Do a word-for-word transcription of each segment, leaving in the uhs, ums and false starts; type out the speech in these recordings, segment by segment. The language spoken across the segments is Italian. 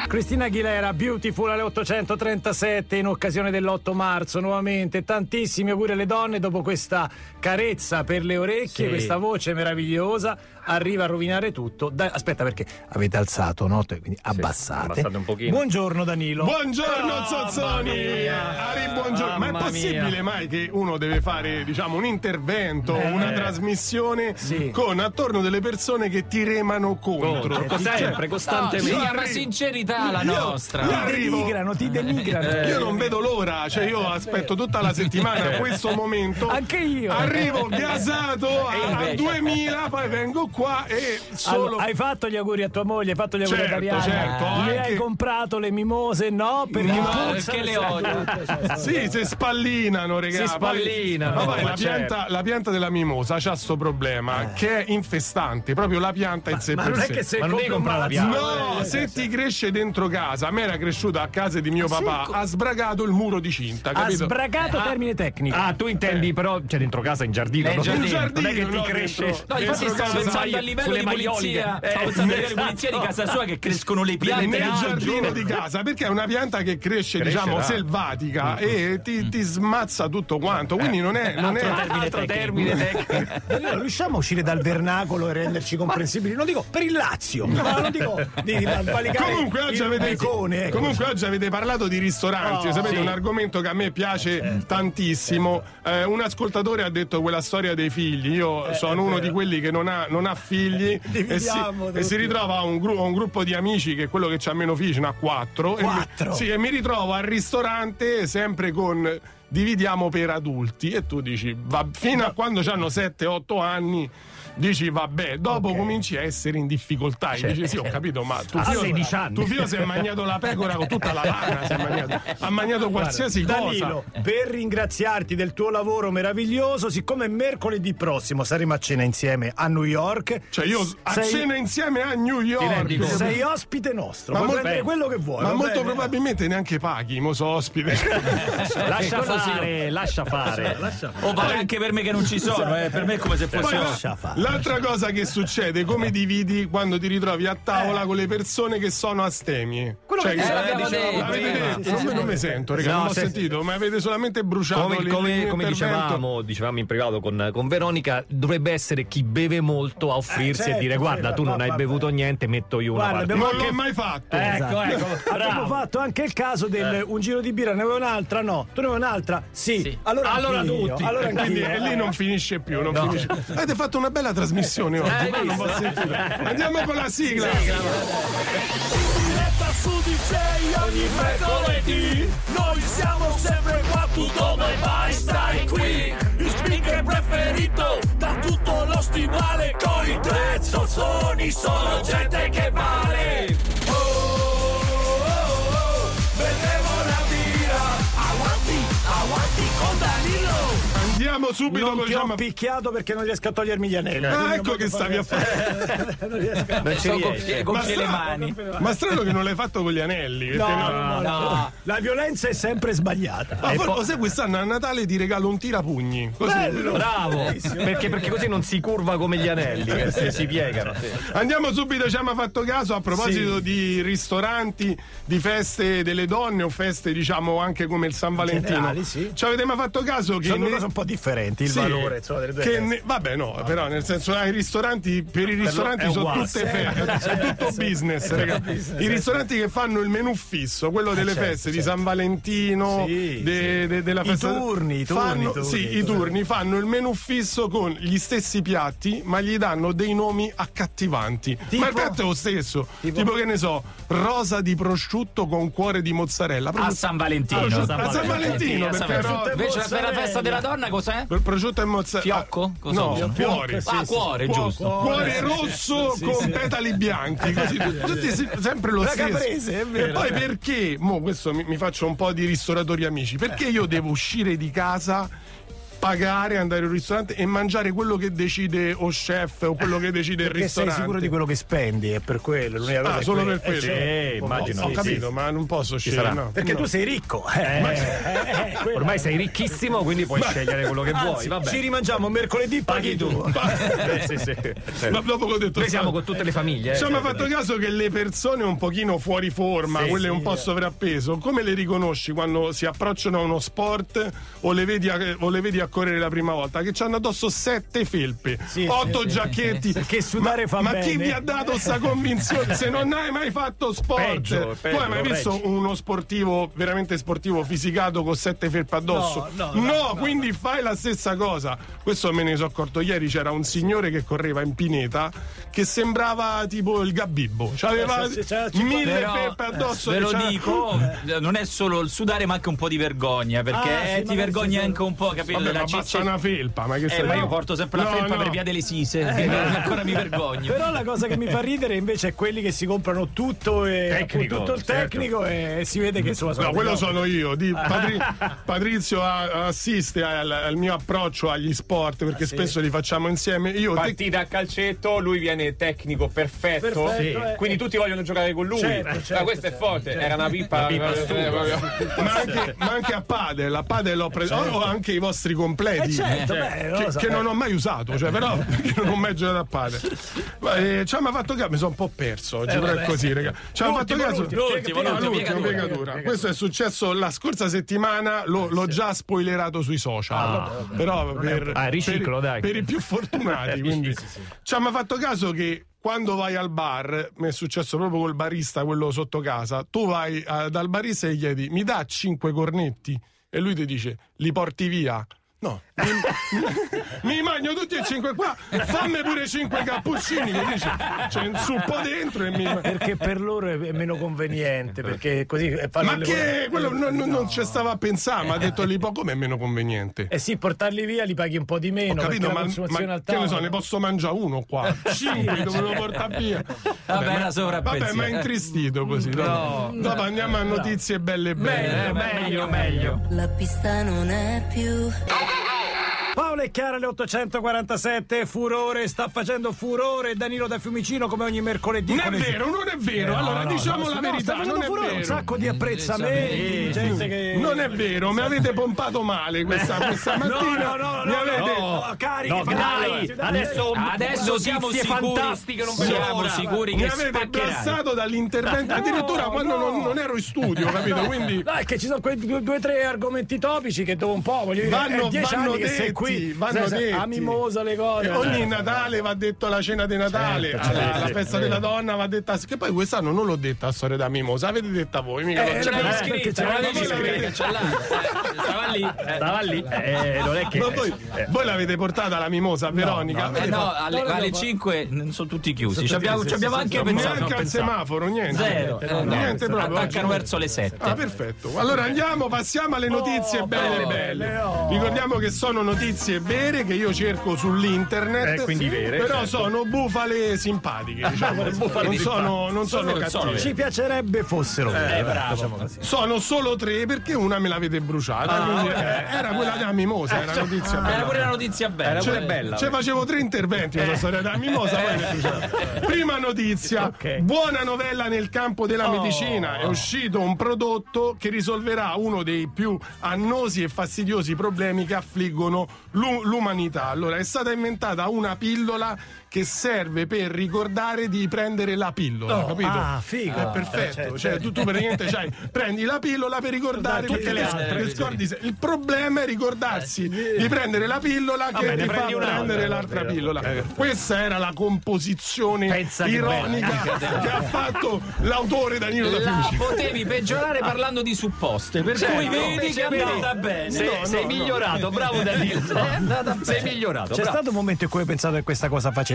Cristina Aguilera, Beautiful alle ottocentotrentasette in occasione dell'otto marzo. Nuovamente tantissimi auguri alle donne dopo questa carezza per le orecchie, sì. Questa voce meravigliosa arriva a rovinare tutto. Da, aspetta, perché avete alzato, no? Quindi abbassate. Sì, abbassate un pochino. Buongiorno Danilo. Buongiorno oh, Zozzoni. Ari, buongiorno. Ma è possibile mia. mai che uno deve fare, diciamo, un intervento, eh, una trasmissione sì. con attorno delle persone che ti remano contro? contro sempre, costantemente. No, sì, ma sincerità la io, nostra. Io ti arrivo, denigrano, ti denigrano. Eh, io non vedo l'ora, cioè io aspetto tutta la settimana questo momento. Anche io. Arrivo gasato a, a duemila, poi vengo qua e solo. Allora, hai fatto gli auguri a tua moglie, hai fatto gli auguri certo, a Arianna. Certo, Le anche... hai comprato le mimose? No, perché, no, perché le odio. Sì, si spallinano, regà. Si spallinano. Ma poi ma la, certo. pianta, la pianta della mimosa c'ha sto problema eh. che è infestante, proprio la pianta in sé ma per non sé. è che se ma non devi comprare la pianta. No, se ti cresce dentro casa, a me era cresciuta a casa di mio ah, papà, sì? ha sbragato il muro di cinta, capito? Ha sbragato ah, termine tecnico. Ah, tu intendi eh. però, cioè dentro casa in giardino, in giardino. giardino, non è che ti no, cresce. Dentro, no, infatti stavo pensando a livello di pulizia, eh, stavo pensando a livello di pulizia di casa sua che crescono le piante nel giardino di casa, perché è una pianta che cresce, cresce diciamo là. selvatica mm. e ti, ti smazza tutto quanto, quindi non è non è termine altro termine tecnico. Allora, riusciamo a uscire dal vernacolo e renderci comprensibili? Non dico per il Lazio, ma non dico di, di comunque oggi avete Ecco. Comunque oggi avete parlato di ristoranti, oh, sapete, sì. un argomento che a me piace certo. tantissimo. Eh, un ascoltatore ha detto quella storia dei figli. Io eh, sono uno di quelli che non ha, non ha figli e si, e si ritrova a un, gru- a un gruppo di amici che è quello che c'ha meno figli, ce n'ha quattro. Quattro? E mi, sì, e mi ritrovo al ristorante sempre con dividiamo per adulti e tu dici va, fino a quando hanno sette otto anni dici vabbè, dopo okay. cominci a essere in difficoltà e dici sì, ho capito, ma tu fio, sedici anni. tu fio si è mangiato la pecora con tutta la lana, si è mangiato, ha mangiato qualsiasi Guarda, cosa. Danilo, per ringraziarti del tuo lavoro meraviglioso, siccome mercoledì prossimo saremo a cena insieme a New York, cioè io a sei... cena insieme a New York, sei ospite nostro, ma puoi molto, prendere quello che vuoi, ma molto bene? probabilmente neanche paghi, mo so ospite. lascia fare, sì. lascia fare. O vale anche per me che non ci sono, eh. Per me è come se fosse lascia fare. L'altra cosa che succede, come dividi quando ti ritrovi a tavola eh. con le persone che sono astemie? Quello cioè, che eh, diciamo, diciamo, avete detto, sì, sì, non, sì, non mi sento, raga, no, non ho se... sentito, ma avete solamente bruciato come, come, come dicevamo, dicevamo in privato con, con Veronica, dovrebbe essere chi beve molto a offrirsi eh, certo, e dire guarda certo, tu non hai bevuto niente, metto io una guarda, non l'ho mai fatto. Ecco, ecco. Abbiamo fatto anche il caso del eh. un giro di birra, ne avevo un'altra, no, tu ne avevi un'altra, sì, sì. allora, allora tutti, allora quindi e lì non finisce più, non no. finisce. Avete fatto una bella trasmissione oggi. Eh, non posso sentire. Andiamo con la sigla. Diretta su D J ogni mercoledì. Noi siamo sempre qua, tu dove vai stai qui. Il speaker preferito da tutto lo stivale. Con i tre zozzoni, solo gente che vale. Oh, oh, oh, oh. Bevevo una birra. Avanti, avanti con Danilo. Andiamo subito non con ti ho picchiato perché non riesco a togliermi gli anelli. Ah, ecco che stavi a fare. non riesco a... non ci riesci. Gonfie le mani. Ma strano che non l'hai fatto con gli anelli. No, no, no, no. La violenza è sempre sbagliata. Ma for- poi, sai, quest'anno a Natale ti regalo un tirapugni. Così. Bello. Bravo. Perché, perché così non si curva come gli anelli, che si, si piegano. Sì. Andiamo subito, ci hanno fatto caso a proposito sì. di ristoranti, di feste delle donne o feste, diciamo, anche come il San Valentino. Generali, sì. Ci avete mai fatto caso che sono ne... cose un po' differenti, il sì, valore insomma, delle due che feste. Ne... Vabbè, no, no, però nel senso ai ristoranti, per i ristoranti per sono uguale, tutte feste, è tutto business, è raga. business, I ristoranti che fanno il menù fisso, quello delle certo, feste certo. di San Valentino, sì, de, sì. De, della festa I turni, i turni, fanno, turni, sì, turni. i turni fanno il menù fisso con gli stessi piatti, ma gli danno dei nomi accattivanti. Tipo? Ma il piatto è lo stesso, tipo? tipo che ne so, rosa di prosciutto con cuore di mozzarella. A San Valentino. A San, San a San Valentino, Valentino perché San ro- invece per la festa della donna cos'è? Prosciutto e mozzarella. Fiocco? Cosa no, sono? cuore. Sì, ah, sì, cuore, sì. giusto. Cuore, cuore Sì, rosso sì, con sì. petali bianchi, così tutti si- sempre lo La stesso. caprese, è vero. E poi perché, mo questo mi, mi faccio un po' di ristoratori amici, perché io devo uscire di casa pagare, andare in un ristorante e mangiare quello che decide o chef o quello che decide il Perché ristorante. sei sicuro di quello che spendi, è per quello. L'unica cosa Ah, è solo quello. per quello. Eh, Eh, sì, immagino. Ho Sì, capito, sì. ma non posso Ci scegliere. sarà. No. Perché No. tu sei ricco. Eh, eh, quello- Ormai sei ricchissimo, quindi puoi scegliere quello che vuoi. Anzi, Vabbè. ci rimangiamo mercoledì, paghi tu. Eh, sì, sì. Ma dopo che ho detto Noi siamo sta- con tutte le famiglie. eh. Ci abbiamo fatto caso che le persone un pochino fuori forma, Sì, quelle sì, un po' sovrappeso, come le riconosci quando si approcciano a uno sport o le vedi a, o le vedi a correre la prima volta? Che c'hanno addosso sette felpe, Sì, otto sì, sì. giacchetti. Perché sudare ma, fa ma bene. chi vi ha dato sta convinzione? Se non hai mai fatto sport, Peggio, peggio, tu hai mai lo visto reggi. uno sportivo veramente sportivo fisicato con sette felpe addosso? No, no, no, no. Quindi fai la stessa cosa. Questo me ne sono accorto ieri. C'era un signore che correva in pineta che sembrava tipo il Gabibbo. C'aveva Sì, sì, c'era cinquanta mille Però, felpe addosso. ve lo c'era- dico, non è solo il sudare ma anche un po' di vergogna, perché Ah, sì, eh, ti magari vergogni sì, sì. anche un po', capito? Vabbè, della ma basta ciccia. una felpa, ma che Eh, sei? ma io No. porto sempre la No, felpa no. per via delle sise, che ancora mi vergogno. Però la cosa che mi fa ridere invece è quelli che si comprano tutto, e, Tecnico, tutto il certo. tecnico e si vede che insomma sono No, quello dei sono io. Di- Patri- Patrizio a- assiste al, al mio approccio agli sport perché spesso li facciamo insieme. Io te- Partita a calcetto, lui viene tecnico perfetto, Perfetto, Sì. eh. quindi tutti vogliono giocare con lui. Certo, certo, ma questo è forte, era una pippa, eh, proprio. ma, anche, ma anche a padel, a padel l'ho preso. Ho anche i vostri completi. Eh, certo, beh, non Che, lo so. che non ho mai usato, cioè, però che non ho mai giocato a padel. Ma, eh, ci hanno fatto caso, mi sono un po' perso oggi, però è così, raga. Ci hanno fatto caso. l'ultimo, l'ultimo, No, l'ultimo, l'ultimo, piegatura. piegatura. Questo è successo la scorsa settimana, lo- l'ho già spoilerato sui social. Però per, Ah, riciclo, per, dai. per i più fortunati. Quindi. Ci hanno fatto caso che quando vai al bar, mi è successo proprio col barista, quello sotto casa, tu vai eh, dal barista e gli chiedi mi dà cinque cornetti e lui ti dice li porti via. No, mi, mi mangio tutti e cinque qua, fammi pure cinque cappuccini, che dice c'è un suppo dentro e mi... perché per loro è è meno conveniente, perché così fanno Ma le che quello non, non, non No. ci stava a pensare, ma ha detto lì poco come è meno conveniente. Eh sì, portarli via li paghi un po' di meno. Ho capito, perché la ma, consumazione ma al che ne so, tavolo- ne posso mangiare uno qua, cinque dovevo portare via. Vabbè, ma- era sovrappensiero. Vabbè, ma è intristito così. Dopo, dopo andiamo a notizie belle belle. Eh, meglio, meglio. La pista non è più. Paolo e Chiara alle ottocentoquarantasette, furore, sta facendo furore Danilo da Fiumicino come ogni mercoledì. Non è con le- vero, non è vero. Eh, allora, no, no, diciamo no, la no, verità, sta facendo non è furore, un vero. sacco di apprezzamenti, gente che... Non è vero, mi avete pompato male questa, questa mattina. no, no, mi no, avete... no, carichi, No, dai, dai, adesso, Adesso siamo notizie sicuri, fantastiche, non siamo vediamo ora. sicuri Mi che avete spaccherai. blassato dall'intervento addirittura No, quando no. non, non ero in studio, capito? Quindi No, è che ci sono quei due o tre argomenti topici che dopo un po', voglio dire, Vanno- è dieci vanno anni che sei detti, qui, vanno sai, sai, detti. a mimosa le cose. E ogni Natale va detto la cena di Natale, Certo, alla- certo, la sì, festa sì. della donna va detta, che poi quest'anno non l'ho detta la storia da mimosa, l'avete detta voi, mica Eh, l'ho Ce detta. l'avevi Eh, perché scritta, ce ce l'avevi l'avevi scritta. scritta, ce l'hai. Eh, Stava lì. Eh, Stava lì, eh, non è che... Ma voi, voi l'avete portata la mimosa a Veronica? Eh Avete no, fatto- alle, alle cinque non sono tutti chiusi. Ci abbiamo, ci abbiamo anche pensato. neanche al semaforo, niente. Zero. Eh, no, niente proprio. attaccano oggi- verso le sette. Ah, perfetto. Allora andiamo, passiamo alle notizie Oh, belle belle, belle. oh. Ricordiamo che sono notizie vere che io cerco sull'internet. Eh, quindi vere, Però certo. sono bufale simpatiche, diciamo. non sono, non sono cattive. Ci piacerebbe fossero vere, diciamo così. Sono solo tre perché una me l'avete bruciata. quindi, eh, era quella della mimosa, era notizia Era bella. pure la notizia bella. Era pure Cioè, bella. cioè facevo tre interventi con la storia della mimosa, poi le bruciate. Prima notizia, Ok. buona novella nel campo della medicina. È uscito un prodotto che risolverà uno dei più annosi e fastidiosi problemi che affliggono l'u- l'umanità. Allora, è stata inventata una pillola che serve per ricordare di prendere la pillola, Oh, capito? ah, figo. È perfetto. certo, Cioè, certo. tu, tu praticamente c'hai, prendi la pillola per ricordare Tutte perché le le altre. scordi se- Il problema è ricordarsi di prendere la pillola che Vabbè, ne ti fa prendi un'altra, prendere è l'altra vero. pillola. Eh, Questa era la composizione Pensa che ironica che ha fatto l'autore Danilo da La Fiumicino. potevi peggiorare parlando di supposte, per cui vedi che è andata bene. Sei, No, sei no, migliorato, bravo Danilo. Sei migliorato. C'è bravo. stato un momento in cui hai pensato che questa cosa facesse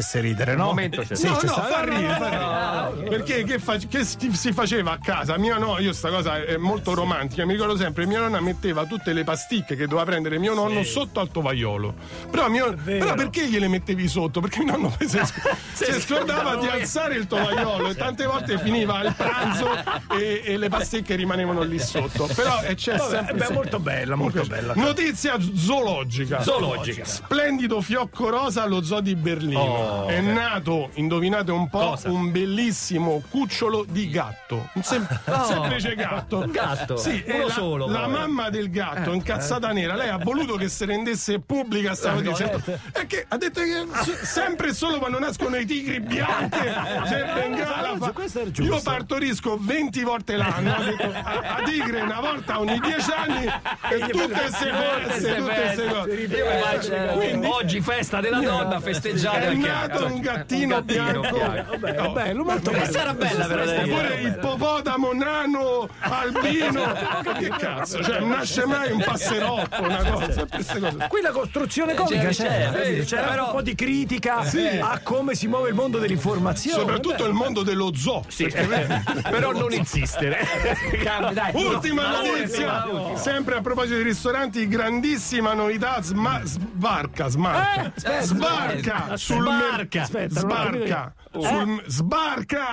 facesse ridere, no? momento c'è Sì, no, c'è no, stato- fa ridere, fa ridere. Perché che, fa- che si si faceva a casa? Mia no, io sta cosa è molto romantica. Mi ricordo sempre, mia nonna metteva tutte le pasticche che doveva prendere mio nonno sotto al tovagliolo. Però, mio, però perché gliele mettevi sotto? Perché mio nonno si, si scordava di alzare il tovagliolo e tante volte finiva il pranzo e, e le pasticche rimanevano lì sotto. Però eh, c'è Vabbè, sempre. beh, molto bella, molto bella. Notizia zoologica. Zoologica. Splendido fiocco rosa allo zoo di Berlino. Oh, è nato, indovinate un po', Cosa? un bellissimo cucciolo di gatto. Un sem- semplice gatto. Un gatto? Sì, è Uno la, solo, la poi. mamma del gatto, incazzata nera. Lei ha voluto che si rendesse pubblica sta notizia. E che ha detto che s- sempre e solo quando nascono i tigri bianchi c'è Bengala. fa- questo è giusto. Io partorisco venti volte l'anno. Ha detto, a, a tigre una volta ogni dieci anni e tutte queste feste, tutte queste cose. Io mi immagino Quindi- oggi festa della donna festeggiare È al nato gatto. un gattino bianco. Vabbè, No, bello, molto bello. Questa era bella però da dire. Pure ippopotamo nano albino. Che cazzo? Cioè, non nasce mai un passerotto, una cosa. Sempre queste cose. Qui la costruzione comica c'è, c'era, c'è, capito? sì, c'era però- un po' di critica Sì. a come si muove il mondo dell'informazione. Soprattutto il mondo dello zoo. Sì, però non insistere. Cambi, dai. Ultima No, notizia, ultima. sempre a proposito di ristoranti, grandissima novità, sma- sbarca, smarca, aspetta, sbarca, aspetta, sul mer- sbarca. Aspetta, non ho sbarca, sul- sbarca,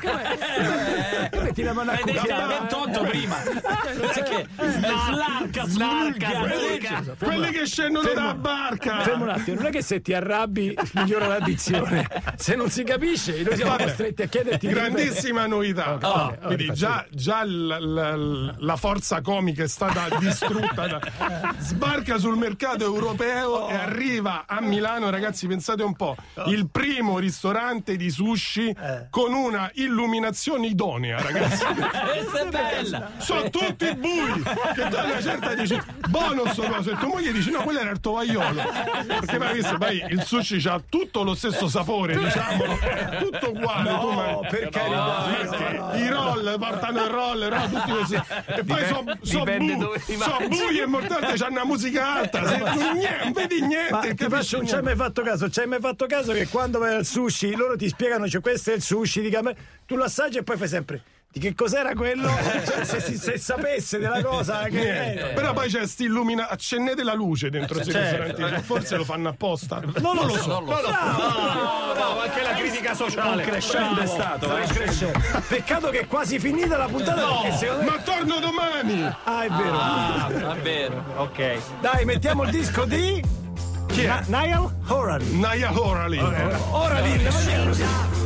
Che metti la mano a Hai detto cucchiare? ventotto prima. Perché? Slarca, slarca. quelli che scendono dalla barca. Fermo un attimo, non è che se ti arrabbi migliora la dizione. Se non si capisce, noi siamo Vabbè. costretti a chiederti di Grandissima novità. ok, Quindi ok, già, già l- l- la forza comica è stata distrutta. da- Sbarca sul mercato europeo e arriva a Milano, ragazzi, pensate un po', il primo ristorante di sushi con una illuminazione idonea, ragazzi. Questa è bella. Sono tutti bui che tu a una certa dici buono sto coso e tua moglie dici no, quello era il tovagliolo, perché mai visto, poi il sushi c'ha tutto lo stesso sapore, diciamolo, è tutto uguale. tu No, ma- per carità. perché i roll portano il roll, no, tutti così, e poi sono so dipende bu- dove li so mangi. bui e mortanti, c'hanno una musica alta, se, non, niente, non vedi niente, Ma ti capisci faccio, non ci hai niente. mai fatto caso? Ci hai mai fatto caso che quando vai al sushi loro ti spiegano, cioè questo è il sushi, dica, ma- tu lo assaggi e poi fai sempre di che cos'era quello? Cioè, se, si- se sapesse della cosa che Niente. Però poi c'è sti illumina, accendete la luce dentro questi ristoranti, forse lo fanno apposta. non lo so. Non lo so. No, anche la critica sociale. Crescendo è stato. eh. Peccato che è quasi finita la puntata perché secondo me... Ma torno domani! Ah, è vero. Ah, è vero. Ok. Dai, mettiamo il disco di Chi è? Niall Horan. Naya Horali. Horan,